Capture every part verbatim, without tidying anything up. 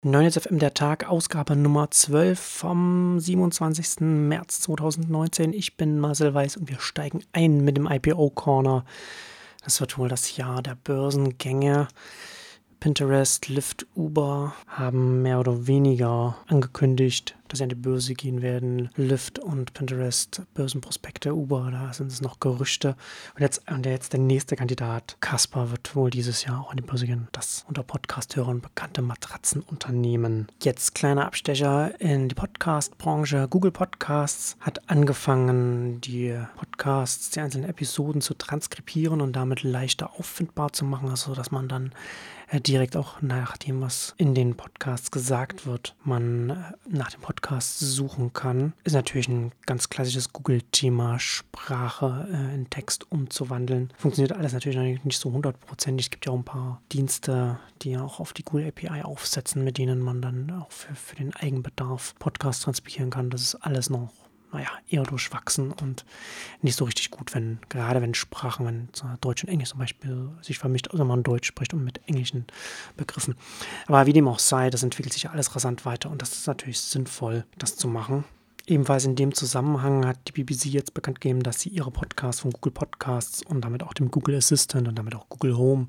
Neunetz F M der Tag, Ausgabe Nummer zwölf vom siebenundzwanzigsten März zweitausendneunzehn. Ich bin Marcel Weiß und wir steigen ein mit dem I P O Corner. Das wird wohl das Jahr der Börsengänge. Pinterest, Lyft, Uber haben mehr oder weniger angekündigt, dass sie an die Börse gehen werden. Lyft und Pinterest, Börsenprospekte, Uber, da sind es noch Gerüchte. Und jetzt, und jetzt der nächste Kandidat, Casper, wird wohl dieses Jahr auch an die Börse gehen. Das unter Podcast-Hörern bekannte Matratzenunternehmen. Jetzt kleiner Abstecher in die Podcast-Branche. Google Podcasts hat angefangen, die Podcasts, die einzelnen Episoden zu transkribieren und damit leichter auffindbar zu machen, also dass man dann direkt auch nach dem, was in den Podcasts gesagt wird, man nach dem Podcast suchen kann. Ist natürlich ein ganz klassisches Google-Thema, Sprache äh, in Text umzuwandeln. Funktioniert alles natürlich nicht so hundertprozentig. Es gibt ja auch ein paar Dienste, die ja auch auf die Google A P I aufsetzen, mit denen man dann auch für, für den Eigenbedarf Podcasts transkribieren kann. Das ist alles noch naja, eher durchwachsen und nicht so richtig gut, wenn, gerade wenn Sprachen, wenn Deutsch und Englisch zum Beispiel sich vermischt, also man Deutsch spricht und mit englischen Begriffen. Aber wie dem auch sei, das entwickelt sich ja alles rasant weiter und das ist natürlich sinnvoll, das zu machen. Ebenfalls in dem Zusammenhang hat die B B C jetzt bekannt gegeben, dass sie ihre Podcasts von Google Podcasts und damit auch dem Google Assistant und damit auch Google Home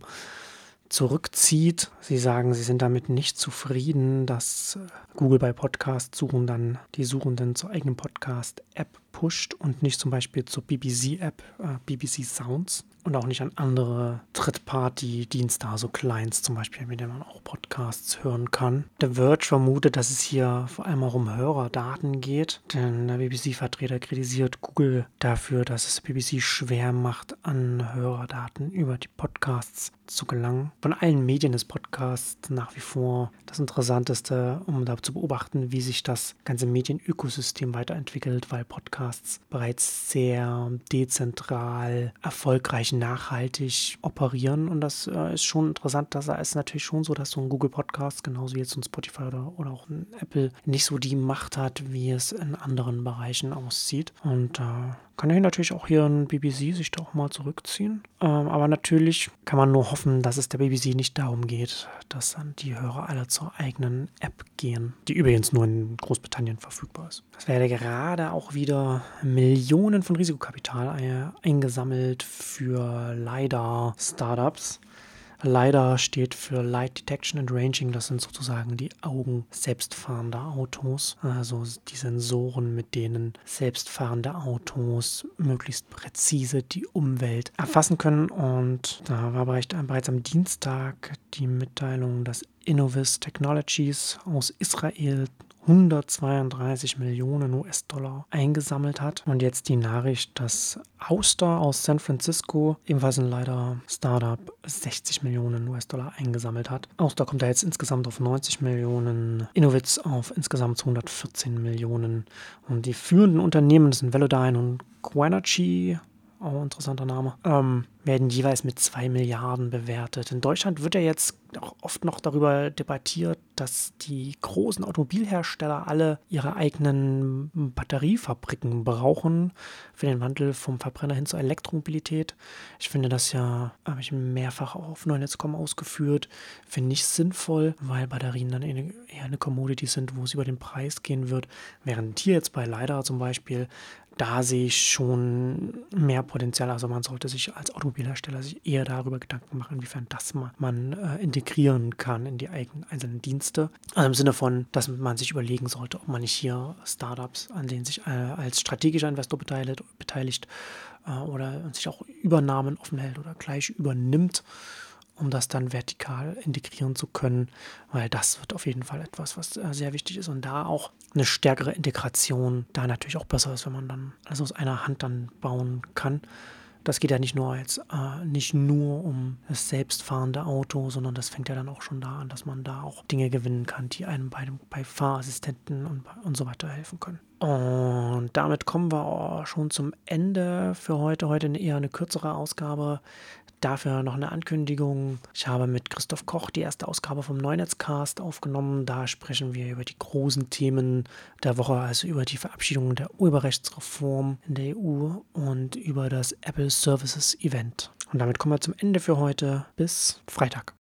zurückzieht. Sie sagen, sie sind damit nicht zufrieden, dass Google bei Podcast-Suchen dann die Suchenden zur eigenen Podcast-App pusht und nicht zum Beispiel zur B B C-App, äh, B B C Sounds und auch nicht an andere Drittparty-Dienste, also Clients zum Beispiel, mit denen man auch Podcasts hören kann. The Verge vermutet, dass es hier vor allem auch um Hörerdaten geht, denn der B B C-Vertreter kritisiert Google dafür, dass es B B C schwer macht, an Hörerdaten über die Podcasts zu gelangen. Von allen Medien ist Podcast nach wie vor das Interessanteste, um da zu beobachten, wie sich das ganze Medienökosystem weiterentwickelt, weil Podcasts bereits sehr dezentral, erfolgreich, nachhaltig operieren und das äh, ist schon interessant. Das ist natürlich schon so, dass so ein Google Podcast, genauso wie jetzt so ein Spotify oder, oder auch ein Apple, nicht so die Macht hat, wie es in anderen Bereichen aussieht und äh, kann ja natürlich auch hier ein B B C sich da auch mal zurückziehen. Ähm, aber natürlich kann man nur hoffen, dass es der B B C nicht darum geht, dass dann die Hörer alle zur eigenen App gehen, die übrigens nur in Großbritannien verfügbar ist. Es werde gerade auch wieder Millionen von Risikokapital eingesammelt für LiDAR-Startups. LiDAR steht für Light Detection and Ranging, das sind sozusagen die Augen selbstfahrender Autos, also die Sensoren, mit denen selbstfahrende Autos möglichst präzise die Umwelt erfassen können. Und da war bereits am Dienstag die Mitteilung, dass Innovis Technologies aus Israel hundertzweiunddreißig Millionen U S-Dollar eingesammelt hat. Und jetzt die Nachricht, dass Ouster aus San Francisco, ebenfalls ein leider Startup, sechzig Millionen U S-Dollar eingesammelt hat. Ouster kommt da jetzt insgesamt auf neunzig Millionen, Innovitz auf insgesamt hundertvierzehn Millionen. Und die führenden Unternehmen, das sind Velodyne und Quanergy, auch ein interessanter Name, ähm, werden jeweils mit zwei Milliarden bewertet. In Deutschland wird ja jetzt auch oft noch darüber debattiert, dass die großen Automobilhersteller alle ihre eigenen Batteriefabriken brauchen für den Wandel vom Verbrenner hin zur Elektromobilität. Ich finde das ja, habe ich mehrfach auf Neunetz Punkt com ausgeführt, finde ich sinnvoll, weil Batterien dann eher eine Commodity sind, wo es über den Preis gehen wird, während hier jetzt bei LiDAR zum Beispiel, da sehe ich schon mehr Potenzial. Also man sollte sich als Automobilhersteller sich eher darüber Gedanken machen, inwiefern das man, man äh, integrieren kann in die eigenen einzelnen Dienste. Also im Sinne von, dass man sich überlegen sollte, ob man nicht hier Startups, an denen sich äh, als strategischer Investor beteiligt, beteiligt äh, oder sich auch Übernahmen offen hält oder gleich übernimmt, um das dann vertikal integrieren zu können, weil das wird auf jeden Fall etwas, was äh, sehr wichtig ist und da auch eine stärkere Integration da natürlich auch besser ist, wenn man dann also aus einer Hand dann bauen kann. Das geht ja nicht nur jetzt äh, nicht nur um das selbstfahrende Auto, sondern das fängt ja dann auch schon da an, dass man da auch Dinge gewinnen kann, die einem bei, bei Fahrassistenten und, und so weiter helfen können. Und damit kommen wir auch schon zum Ende für heute. Heute eher eine kürzere Ausgabe. Dafür noch eine Ankündigung. Ich habe mit Christoph Koch die erste Ausgabe vom Neunetzcast aufgenommen. Da sprechen wir über die großen Themen der Woche, also über die Verabschiedung der Urheberrechtsreform in der E U und über das Apple Services Event. Und damit kommen wir zum Ende für heute. Bis Freitag.